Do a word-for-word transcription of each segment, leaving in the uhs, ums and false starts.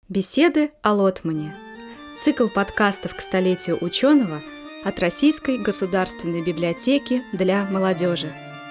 Беседы о Лотмане. Цикл подкастов к столетию ученого от Российской государственной библиотеки для молодежи.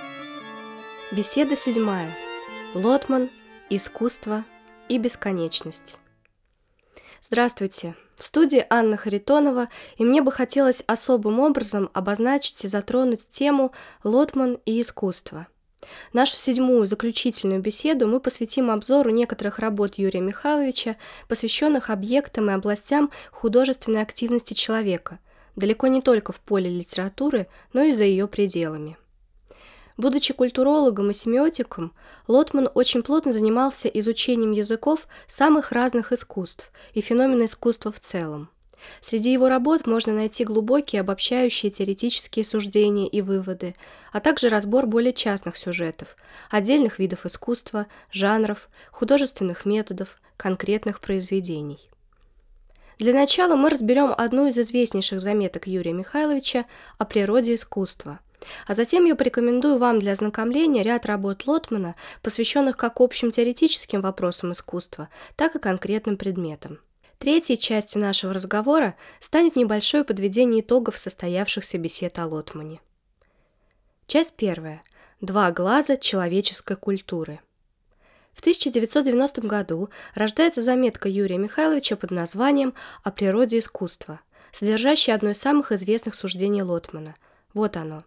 Беседа седьмая. Лотман, искусство и бесконечность. Здравствуйте! В студии Анна Харитонова, и мне бы хотелось особым образом обозначить и затронуть тему «Лотман и искусство». Нашу седьмую заключительную беседу мы посвятим обзору некоторых работ Юрия Михайловича, посвященных объектам и областям художественной активности человека, далеко не только в поле литературы, но и за ее пределами. Будучи культурологом и семиотиком, Лотман очень плотно занимался изучением языков самых разных искусств и феномена искусства в целом. Среди его работ можно найти глубокие обобщающие теоретические суждения и выводы, а также разбор более частных сюжетов, отдельных видов искусства, жанров, художественных методов, конкретных произведений. Для начала мы разберем одну из известнейших заметок Юрия Михайловича о природе искусства, а затем я порекомендую вам для ознакомления ряд работ Лотмана, посвященных как общим теоретическим вопросам искусства, так и конкретным предметам. Третьей частью нашего разговора станет небольшое подведение итогов состоявшихся бесед о Лотмане. Часть первая. Два глаза человеческой культуры. В тысяча девятьсот девяностом году рождается заметка Юрия Михайловича под названием «О природе искусства», содержащая одно из самых известных суждений Лотмана. Вот оно.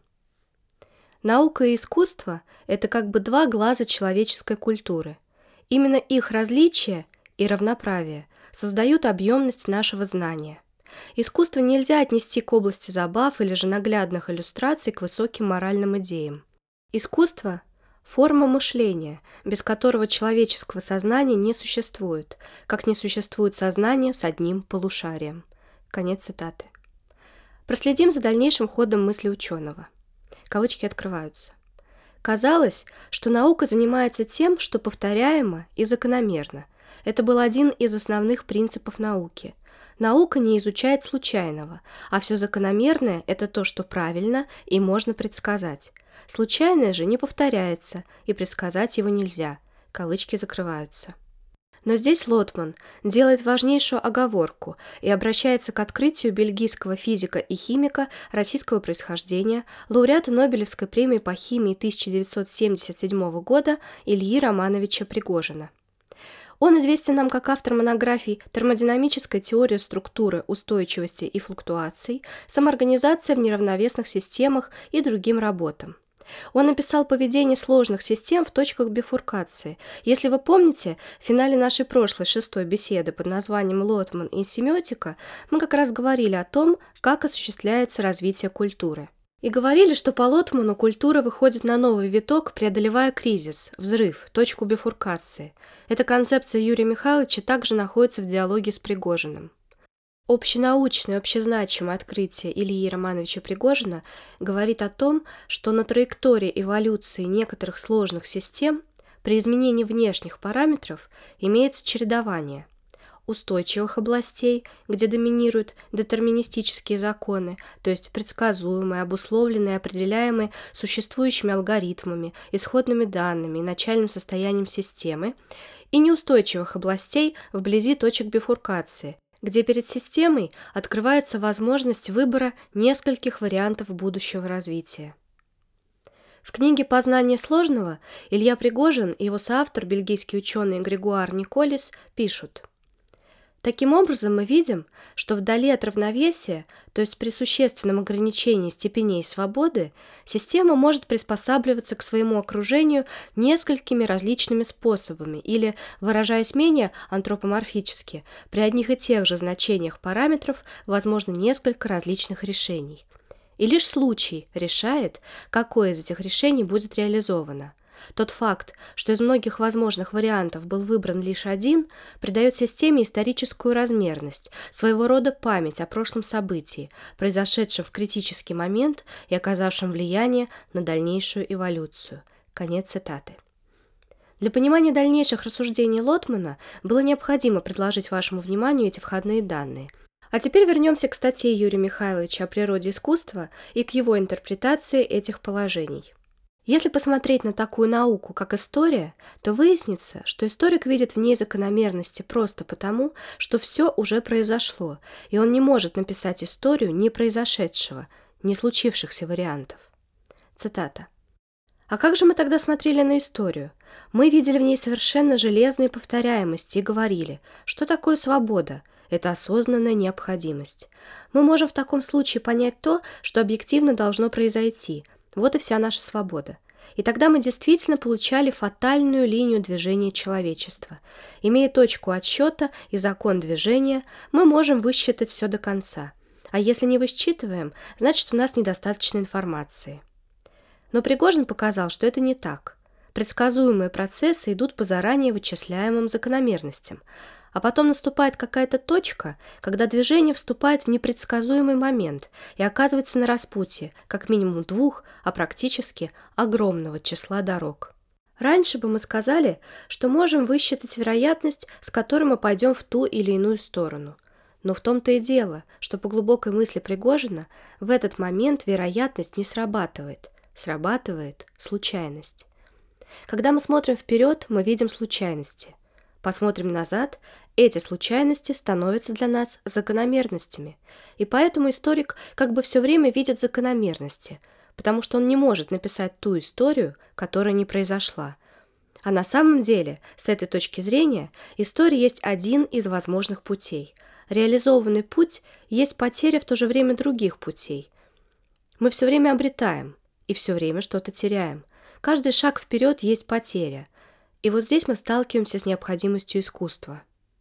Наука и искусство – это как бы два глаза человеческой культуры. Именно их различие и равноправие создают объемность нашего знания. Искусство нельзя отнести к области забав или же наглядных иллюстраций к высоким моральным идеям. Искусство – форма мышления, без которого человеческого сознания не существует, как не существует сознание с одним полушарием. Конец цитаты. Проследим за дальнейшим ходом мысли ученого. Кавычки открываются. Казалось, что наука занимается тем, что повторяемо и закономерно. Это был один из основных принципов науки. Наука не изучает случайного, а все закономерное – это то, что правильно и можно предсказать. Случайное же не повторяется, и предсказать его нельзя. Кавычки закрываются. Но здесь Лотман делает важнейшую оговорку и обращается к открытию бельгийского физика и химика российского происхождения, лауреата Нобелевской премии по химии тысяча девятьсот семьдесят седьмого года Ильи Романовича Пригожина. Он известен нам как автор монографий «Термодинамическая теория структуры, устойчивости и флуктуаций», «Самоорганизация в неравновесных системах» и другим работам. Он написал «Поведение сложных систем в точках бифуркации». Если вы помните, в финале нашей прошлой шестой беседы под названием «Лотман и семиотика» мы как раз говорили о том, как осуществляется развитие культуры. И говорили, что по Лотману культура выходит на новый виток, преодолевая кризис, взрыв, точку бифуркации. Эта концепция Юрия Михайловича также находится в диалоге с Пригожиным. Общенаучное, общезначимое открытие Ильи Романовича Пригожина говорит о том, что на траектории эволюции некоторых сложных систем при изменении внешних параметров имеется чередование устойчивых областей, где доминируют детерминистические законы, то есть предсказуемые, обусловленные, определяемые существующими алгоритмами, исходными данными и начальным состоянием системы, и неустойчивых областей вблизи точек бифуркации, где перед системой открывается возможность выбора нескольких вариантов будущего развития. В книге «Познание сложного» Илья Пригожин и его соавтор, бельгийский ученый Грегуар Николис, пишут: Таким образом, мы видим, что вдали от равновесия, то есть при существенном ограничении степеней свободы, система может приспосабливаться к своему окружению несколькими различными способами или, выражаясь менее антропоморфически, при одних и тех же значениях параметров возможно несколько различных решений. И лишь случай решает, какое из этих решений будет реализовано. Тот факт, что из многих возможных вариантов был выбран лишь один, придает системе историческую размерность, своего рода память о прошлом событии, произошедшем в критический момент и оказавшем влияние на дальнейшую эволюцию. Конец цитаты. Для понимания дальнейших рассуждений Лотмана было необходимо предложить вашему вниманию эти входные данные. А теперь вернемся к статье Юрия Михайловича о природе искусства и к его интерпретации этих положений. Если посмотреть на такую науку, как история, то выяснится, что историк видит в ней закономерности просто потому, что все уже произошло, и он не может написать историю не произошедшего, не случившихся вариантов. Цитата. «А как же мы тогда смотрели на историю? Мы видели в ней совершенно железные повторяемости и говорили, что такое свобода? Это осознанная необходимость. Мы можем в таком случае понять то, что объективно должно произойти. Вот и вся наша свобода. И тогда мы действительно получали фатальную линию движения человечества. Имея точку отсчета и закон движения, мы можем высчитать все до конца. А если не высчитываем, значит, у нас недостаточно информации». Но Пригожин показал, что это не так. Предсказуемые процессы идут по заранее вычисляемым закономерностям, а потом наступает какая-то точка, когда движение вступает в непредсказуемый момент и оказывается на распутье как минимум двух, а практически огромного числа дорог. Раньше бы мы сказали, что можем высчитать вероятность, с которой мы пойдем в ту или иную сторону. Но в том-то и дело, что по глубокой мысли Пригожина в этот момент вероятность не срабатывает. Срабатывает случайность. Когда мы смотрим вперед, мы видим случайности. Посмотрим назад, эти случайности становятся для нас закономерностями. И поэтому историк как бы все время видит закономерности, потому что он не может написать ту историю, которая не произошла. А на самом деле, с этой точки зрения, история есть один из возможных путей. Реализованный путь есть потеря в то же время других путей. Мы все время обретаем и все время что-то теряем. Каждый шаг вперед есть потеря. И вот здесь мы сталкиваемся с необходимостью искусства.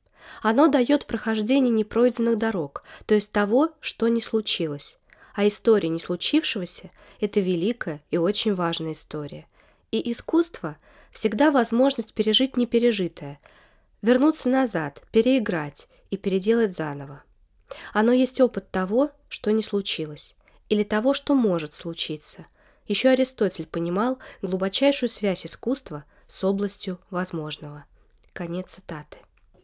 Оно дает прохождение непройденных дорог, то есть того, что не случилось. А история не случившегося – это великая и очень важная история. И искусство – всегда возможность пережить непережитое, вернуться назад, переиграть и переделать заново. Оно есть опыт того, что не случилось, или того, что может случиться. Еще Аристотель понимал глубочайшую связь искусства с областью возможного. Конец цитаты.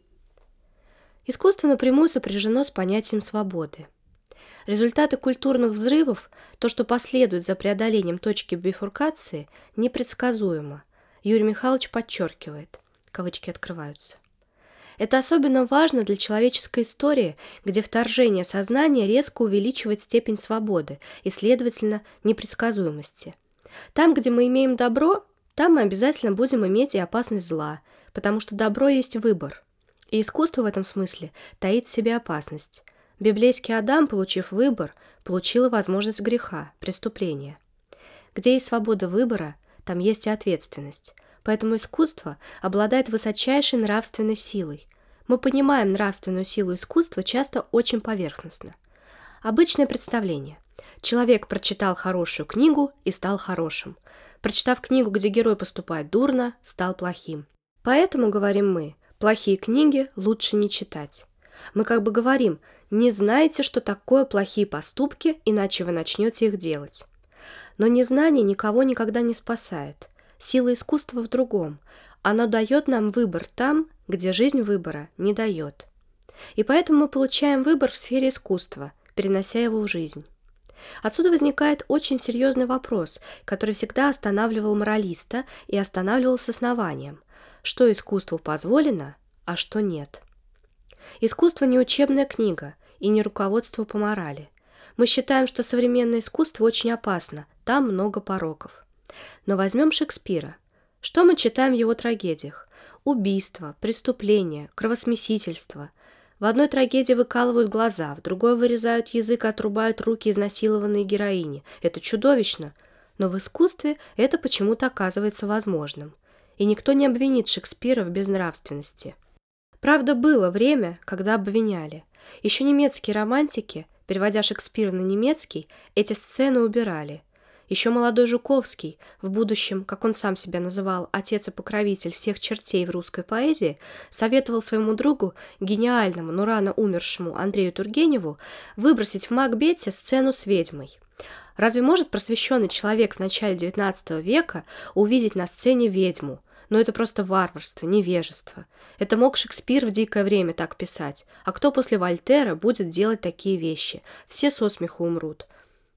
Искусство напрямую сопряжено с понятием свободы. Результаты культурных взрывов, то, что последует за преодолением точки бифуркации, непредсказуемо. Юрий Михайлович подчеркивает, кавычки открываются. Это особенно важно для человеческой истории, где вторжение сознания резко увеличивает степень свободы и, следовательно, непредсказуемости. Там, где мы имеем добро, там мы обязательно будем иметь и опасность зла, потому что добро есть выбор. И искусство в этом смысле таит в себе опасность. Библейский Адам, получив выбор, получил возможность греха, преступления. Где есть свобода выбора, там есть и ответственность. Поэтому искусство обладает высочайшей нравственной силой. Мы понимаем нравственную силу искусства часто очень поверхностно. Обычное представление. Человек прочитал хорошую книгу и стал хорошим. Прочитав книгу, где герой поступает дурно, стал плохим. Поэтому, говорим мы, плохие книги лучше не читать. Мы как бы говорим, не знаете, что такое плохие поступки, иначе вы начнете их делать. Но незнание никого никогда не спасает. Сила искусства в другом. Оно дает нам выбор там, где жизнь выбора не дает. И поэтому мы получаем выбор в сфере искусства, перенося его в жизнь. Отсюда возникает очень серьезный вопрос, который всегда останавливал моралиста и останавливал с основанием. Что искусству позволено, а что нет. Искусство не учебная книга и не руководство по морали. Мы считаем, что современное искусство очень опасно, там много пороков. Но возьмем Шекспира. Что мы читаем в его трагедиях? Убийства, преступления, кровосмесительство. В одной трагедии выкалывают глаза, в другой вырезают язык и отрубают руки изнасилованной героини. Это чудовищно. Но в искусстве это почему-то оказывается возможным. И никто не обвинит Шекспира в безнравственности. Правда, было время, когда обвиняли. Еще немецкие романтики, переводя Шекспира на немецкий, эти сцены убирали. Еще молодой Жуковский, в будущем, как он сам себя называл, отец и покровитель всех чертей в русской поэзии, советовал своему другу, гениальному, но рано умершему Андрею Тургеневу, выбросить в Макбете сцену с ведьмой. Разве может просвещенный человек в начале девятнадцатого века увидеть на сцене ведьму? Но это просто варварство, невежество. Это мог Шекспир в дикое время так писать. А кто после Вольтера будет делать такие вещи? Все со смеху умрут.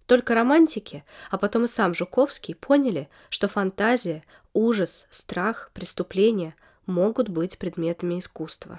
Только романтики, а потом и сам Жуковский поняли, что фантазия, ужас, страх, преступление могут быть предметами искусства.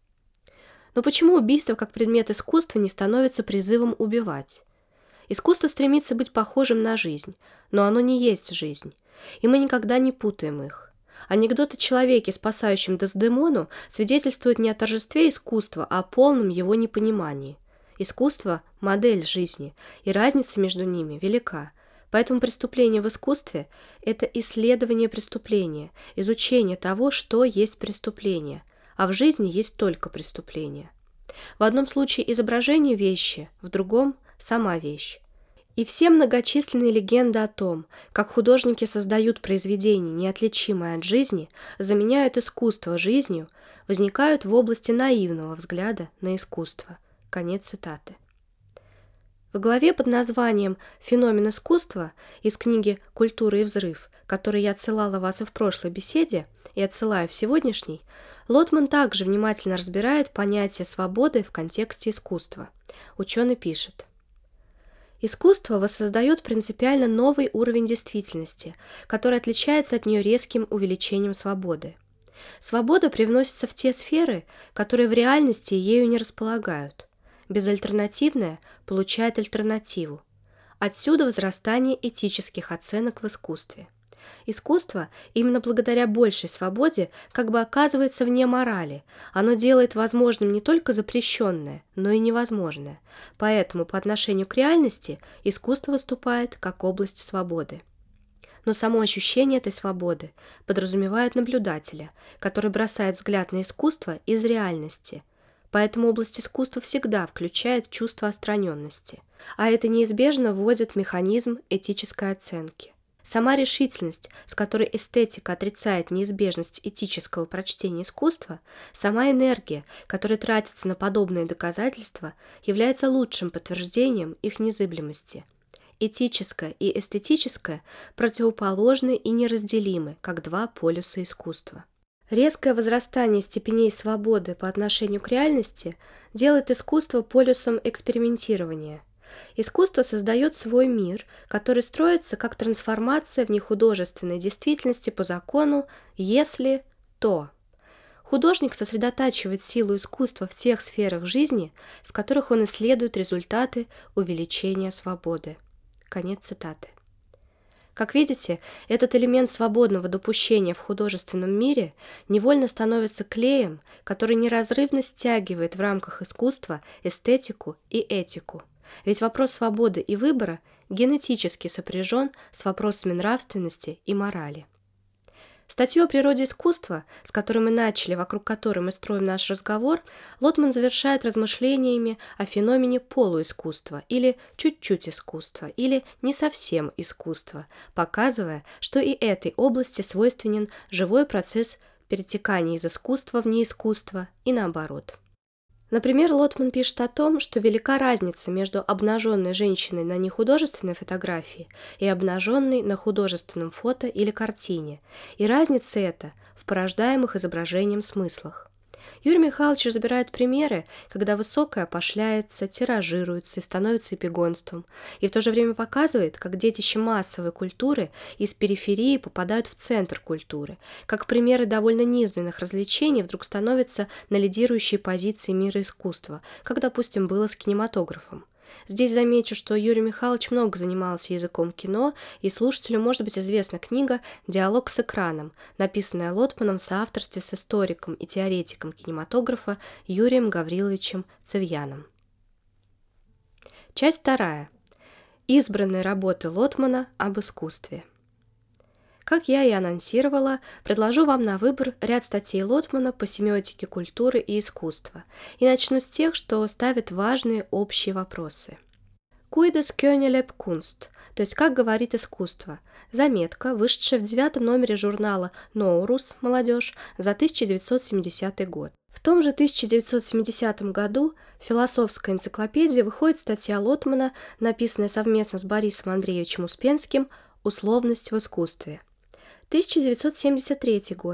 Но почему убийство как предмет искусства не становится призывом убивать? Искусство стремится быть похожим на жизнь, но оно не есть жизнь, и мы никогда не путаем их. Анекдот о человеке, спасающем Дездемону, свидетельствует не о торжестве искусства, а о полном его непонимании. Искусство – модель жизни, и разница между ними велика. Поэтому преступление в искусстве – это исследование преступления, изучение того, что есть преступление, а в жизни есть только преступление. В одном случае изображение вещи, в другом – сама вещь. И все многочисленные легенды о том, как художники создают произведения, неотличимые от жизни, заменяют искусство жизнью, возникают в области наивного взгляда на искусство. Конец цитаты. В главе под названием «Феномен искусства» из книги «Культура и взрыв», которой я отсылала вас и в прошлой беседе, и отсылаю в сегодняшней, Лотман также внимательно разбирает понятие свободы в контексте искусства. Ученый пишет: искусство воссоздает принципиально новый уровень действительности, который отличается от нее резким увеличением свободы. Свобода привносится в те сферы, которые в реальности ею не располагают. Безальтернативное получает альтернативу. Отсюда возрастание этических оценок в искусстве. Искусство, именно благодаря большей свободе, как бы оказывается вне морали. Оно делает возможным не только запрещенное, но и невозможное. Поэтому по отношению к реальности искусство выступает как область свободы. Но само ощущение этой свободы подразумевает наблюдателя, который бросает взгляд на искусство из реальности. Поэтому область искусства всегда включает чувство отстраненности, а это неизбежно вводит механизм этической оценки. Сама решительность, с которой эстетика отрицает неизбежность этического прочтения искусства, сама энергия, которая тратится на подобные доказательства, является лучшим подтверждением их незыблемости. Этическое и эстетическое противоположны и неразделимы, как два полюса искусства. Резкое возрастание степеней свободы по отношению к реальности делает искусство полюсом экспериментирования. Искусство создает свой мир, который строится как трансформация в нехудожественной действительности по закону «если то». Художник сосредотачивает силу искусства в тех сферах жизни, в которых он исследует результаты увеличения свободы. Конец цитаты. Как видите, этот элемент свободного допущения в художественном мире невольно становится клеем, который неразрывно стягивает в рамках искусства эстетику и этику. Ведь вопрос свободы и выбора генетически сопряжен с вопросами нравственности и морали. Статью о природе искусства, с которой мы начали, вокруг которой мы строим наш разговор, Лотман завершает размышлениями о феномене полуискусства или чуть-чуть искусства, или не совсем искусства, показывая, что и этой области свойственен живой процесс перетекания из искусства в неискусство и наоборот. Например, Лотман пишет о том, что велика разница между обнаженной женщиной на нехудожественной фотографии и обнаженной на художественном фото или картине, и разница эта в порождаемых изображением смыслах. Юрий Михайлович разбирает примеры, когда высокое опошляется, тиражируется и становится эпигонством, и в то же время показывает, как детище массовой культуры из периферии попадают в центр культуры, как примеры довольно низменных развлечений вдруг становятся на лидирующие позиции мира искусства, как, допустим, было с кинематографом. Здесь замечу, что Юрий Михайлович много занимался языком кино, и слушателю может быть известна книга «Диалог с экраном», написанная Лотманом в соавторстве с историком и теоретиком кинематографа Юрием Гавриловичем Цевьяном. Часть вторая. Избранные работы Лотмана об искусстве. Как я и анонсировала, предложу вам на выбор ряд статей Лотмана по семиотике культуры и искусства, и начну с тех, что ставят важные общие вопросы. «Куидес кёнелеп кунст», то есть «Как говорит искусство», заметка, вышедшая в девятом номере журнала «Ноурус. Молодежь» за тысяча девятьсот семидесятый год. В том же тысяча девятьсот семидесятом году в «Философской энциклопедии» выходит статья Лотмана, написанная совместно с Борисом Андреевичем Успенским «Условность в искусстве». тысяча девятьсот семьдесят третий год.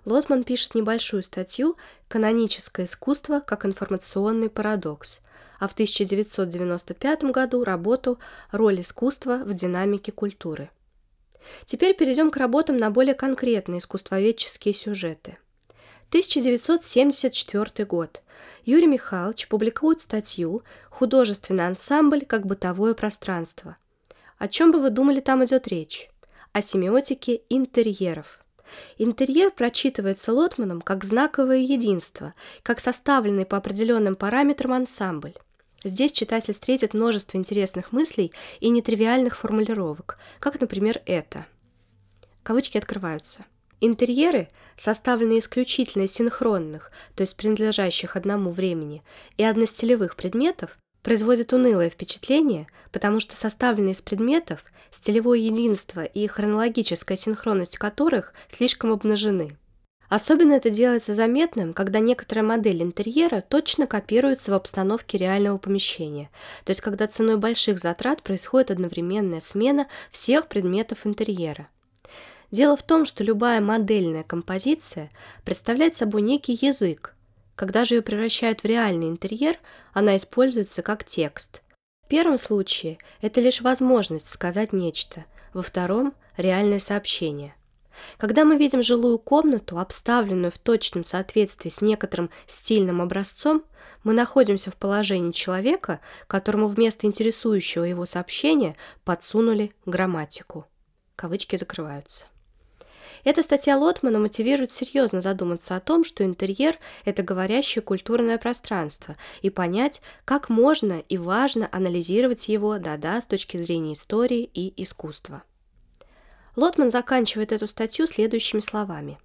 Лотман пишет небольшую статью «Каноническое искусство как информационный парадокс», а в тысяча девятьсот девяносто пятом году работу «Роль искусства в динамике культуры». Теперь перейдем к работам на более конкретные искусствоведческие сюжеты. тысяча девятьсот семьдесят четвёртый год. Юрий Михайлович публикует статью «Художественный ансамбль как бытовое пространство». О чем бы вы думали, там идет речь? О семиотике интерьеров. Интерьер прочитывается Лотманом как знаковое единство, как составленный по определенным параметрам ансамбль. Здесь читатель встретит множество интересных мыслей и нетривиальных формулировок, как, например, это. Кавычки открываются. Интерьеры, составленные исключительно из синхронных, то есть принадлежащих одному времени, и одностилевых предметов, производят унылое впечатление, потому что составлены из предметов, стилевое единство и хронологическая синхронность которых слишком обнажены. Особенно это делается заметным, когда некоторая модель интерьера точно копируется в обстановке реального помещения, то есть когда ценой больших затрат происходит одновременная смена всех предметов интерьера. Дело в том, что любая модельная композиция представляет собой некий язык. Когда же ее превращают в реальный интерьер, она используется как текст. В первом случае это лишь возможность сказать нечто, во втором – реальное сообщение. Когда мы видим жилую комнату, обставленную в точном соответствии с некоторым стильным образцом, мы находимся в положении человека, которому вместо интересующего его сообщения подсунули грамматику. Кавычки закрываются. Эта статья Лотмана мотивирует серьезно задуматься о том, что интерьер – это говорящее культурное пространство, и понять, как можно и важно анализировать его, да-да, с точки зрения истории и искусства. Лотман заканчивает эту статью следующими словами.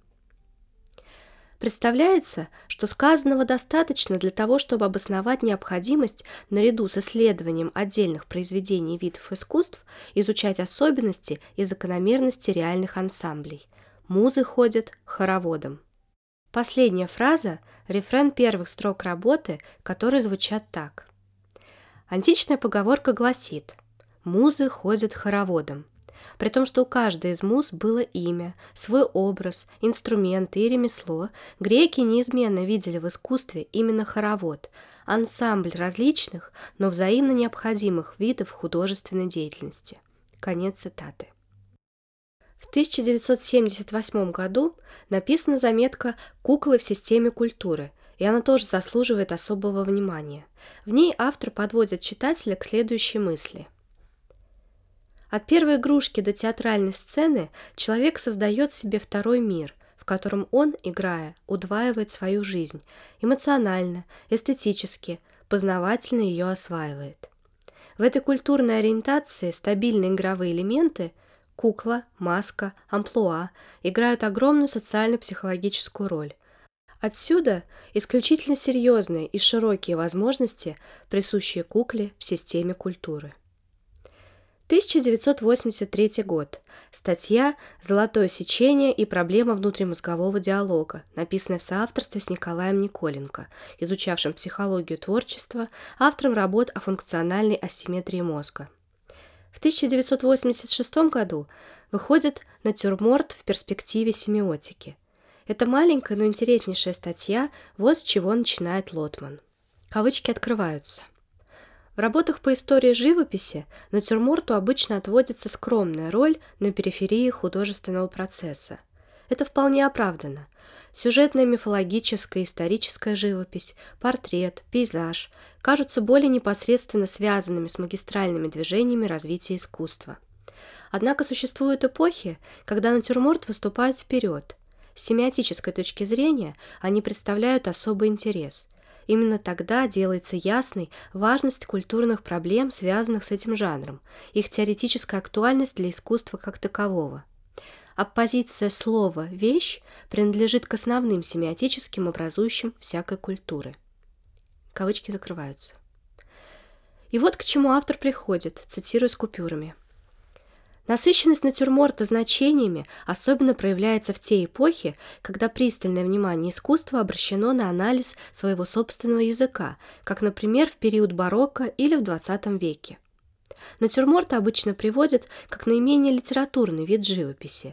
Представляется, что сказанного достаточно для того, чтобы обосновать необходимость, наряду с исследованием отдельных произведений и видов искусств, изучать особенности и закономерности реальных ансамблей. Музы ходят хороводом. Последняя фраза – рефрен первых строк работы, которые звучат так. Античная поговорка гласит «Музы ходят хороводом», при том, что у каждой из муз было имя, свой образ, инструменты и ремесло, греки неизменно видели в искусстве именно хоровод, ансамбль различных, но взаимно необходимых видов художественной деятельности. Конец цитаты. В тысяча девятьсот семьдесят восьмом году написана заметка «Куклы в системе культуры», и она тоже заслуживает особого внимания. В ней автор подводит читателя к следующей мысли. От первой игрушки до театральной сцены человек создает себе второй мир, в котором он, играя, удваивает свою жизнь, эмоционально, эстетически, познавательно ее осваивает. В этой культурной ориентации стабильные игровые элементы – кукла, маска, амплуа играют огромную социально-психологическую роль. Отсюда исключительно серьезные и широкие возможности, присущие кукле в системе культуры. тысяча девятьсот восемьдесят третий год. Статья «Золотое сечение и проблема внутримозгового диалога», написанная в соавторстве с Николаем Николенко, изучавшим психологию творчества, автором работ о функциональной асимметрии мозга. В тысяча девятьсот восемьдесят шестом году выходит «Натюрморт в перспективе семиотики». Это маленькая, но интереснейшая статья, вот с чего начинает Лотман. Кавычки открываются. В работах по истории живописи натюрморту обычно отводится скромная роль на периферии художественного процесса. Это вполне оправдано. Сюжетная, мифологическая, историческая живопись, портрет, пейзаж кажутся более непосредственно связанными с магистральными движениями развития искусства. Однако существуют эпохи, когда натюрморт выступает вперед. С семиотической точки зрения они представляют особый интерес. Именно тогда делается ясной важность культурных проблем, связанных с этим жанром, их теоретическая актуальность для искусства как такового. Оппозиция слова-вещь принадлежит к основным семиотическим образующим всякой культуры. Кавычки закрываются. И вот к чему автор приходит, цитирую с купюрами. Насыщенность натюрморта значениями особенно проявляется в те эпохи, когда пристальное внимание искусства обращено на анализ своего собственного языка, как, например, в период барокко или в двадцатом веке. Натюрморт обычно приводят как наименее литературный вид живописи.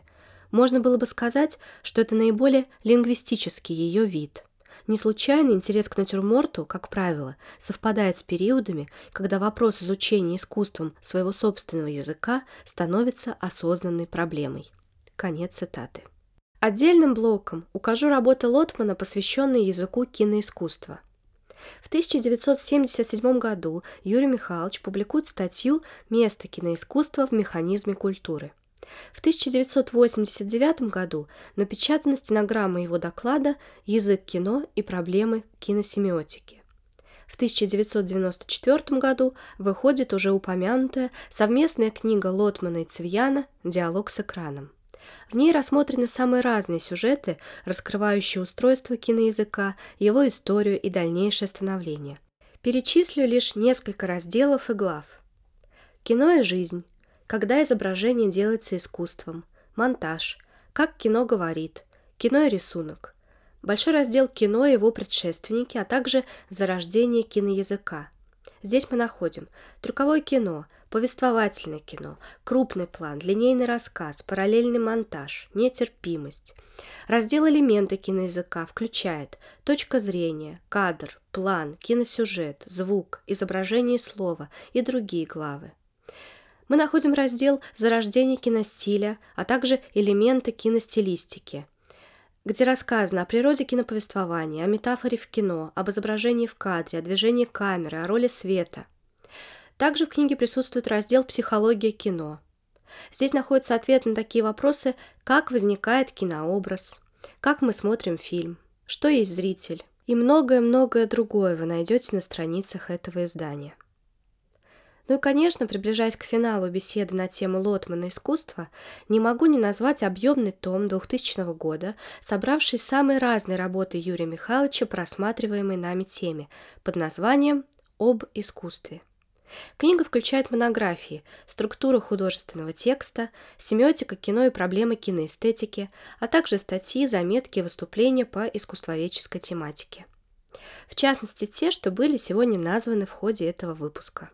Можно было бы сказать, что это наиболее лингвистический ее вид. Не случайно интерес к натюрморту, как правило, совпадает с периодами, когда вопрос изучения искусством своего собственного языка становится осознанной проблемой. Конец цитаты. Отдельным блоком укажу работы Лотмана, посвященные языку киноискусства. В тысяча девятьсот семьдесят седьмом году Юрий Михайлович публикует статью «Место киноискусства в механизме культуры». В тысяча девятьсот восемьдесят девятом году напечатана стенограмма его доклада «Язык кино и проблемы киносемиотики». В тысяча девятьсот девяносто четвёртом году выходит уже упомянутая совместная книга Лотмана и Цивьяна «Диалог с экраном». В ней рассмотрены самые разные сюжеты, раскрывающие устройство киноязыка, его историю и дальнейшее становление. Перечислю лишь несколько разделов и глав. Кино и жизнь. Когда изображение делается искусством. Монтаж. Как кино говорит. Кино и рисунок. Большой раздел «Кино» и его предшественники, а также «Зарождение киноязыка». Здесь мы находим трюковое кино, повествовательное кино, крупный план, линейный рассказ, параллельный монтаж, нетерпимость. Раздел «Элементы киноязыка» включает точка зрения, кадр, план, киносюжет, звук, изображение слова и другие главы. Мы находим раздел «Зарождение киностиля», а также «Элементы киностилистики», где рассказано о природе киноповествования, о метафоре в кино, об изображении в кадре, о движении камеры, о роли света. Также в книге присутствует раздел «Психология кино». Здесь находится ответ на такие вопросы, как возникает кинообраз, как мы смотрим фильм, что есть зритель, и многое-многое другое вы найдете на страницах этого издания. Ну и, конечно, приближаясь к финалу беседы на тему Лотмана искусства, не могу не назвать объемный том двухтысячного года, собравший самые разные работы Юрия Михайловича по рассматриваемой нами теме под названием «Об искусстве». Книга включает монографии «Структура художественного текста», «Семиотика кино и проблемы киноэстетики», а также статьи, заметки и выступления по искусствоведческой тематике. В частности, те, что были сегодня названы в ходе этого выпуска.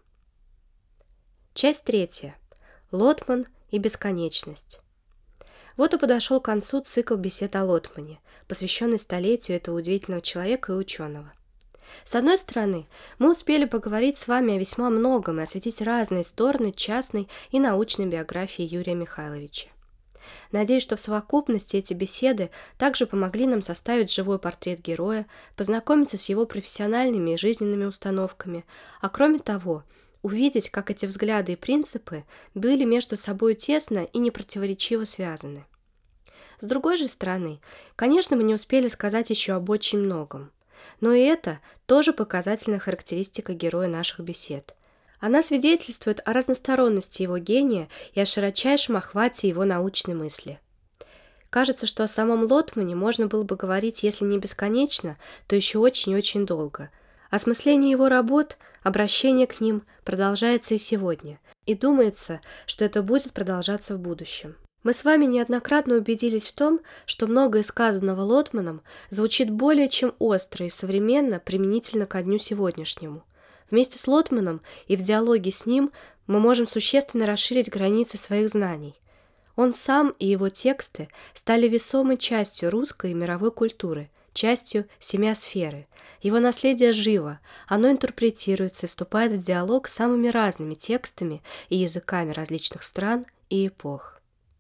Часть третья. Лотман и бесконечность. Вот и подошел к концу цикл бесед о Лотмане, посвященный столетию этого удивительного человека и ученого. С одной стороны, мы успели поговорить с вами о весьма многом и осветить разные стороны частной и научной биографии Юрия Михайловича. Надеюсь, что в совокупности эти беседы также помогли нам составить живой портрет героя, познакомиться с его профессиональными и жизненными установками, а кроме того, увидеть, как эти взгляды и принципы были между собой тесно и непротиворечиво связаны. С другой же стороны, конечно, мы не успели сказать еще об очень многом. Но и это тоже показательная характеристика героя наших бесед. Она свидетельствует о разносторонности его гения и о широчайшем охвате его научной мысли. Кажется, что о самом Лотмане можно было бы говорить, если не бесконечно, то еще очень-очень долго. Осмысление его работ, обращение к ним продолжается и сегодня, и думается, что это будет продолжаться в будущем. Мы с вами неоднократно убедились в том, что многое сказанного Лотманом звучит более чем остро и современно применительно ко дню сегодняшнему. Вместе с Лотманом и в диалоге с ним мы можем существенно расширить границы своих знаний. Он сам и его тексты стали весомой частью русской и мировой культуры, частью семиосферы. Его наследие живо, оно интерпретируется и вступает в диалог с самыми разными текстами и языками различных стран и эпох.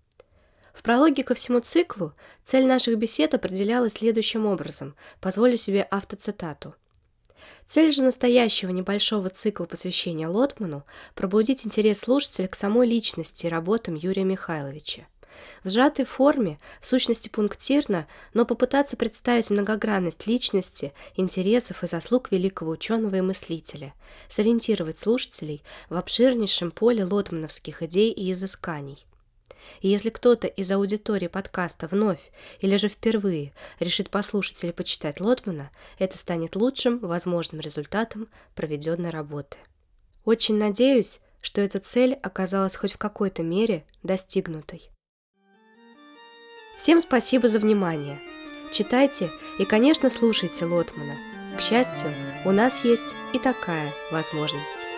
В прологе ко всему циклу цель наших бесед определялась следующим образом, позволю себе автоцитату. Цель же настоящего небольшого цикла посвящения Лотману – пробудить интерес слушателя к самой личности и работам Юрия Михайловича. В сжатой форме, в сущности пунктирно, но попытаться представить многогранность личности, интересов и заслуг великого ученого и мыслителя, сориентировать слушателей в обширнейшем поле лотмановских идей и изысканий. И если кто-то из аудитории подкаста вновь или же впервые решит послушать или почитать Лотмана, это станет лучшим возможным результатом проведенной работы. Очень надеюсь, что эта цель оказалась хоть в какой-то мере достигнутой. Всем спасибо за внимание. Читайте и, конечно, слушайте Лотмана. К счастью, у нас есть и такая возможность.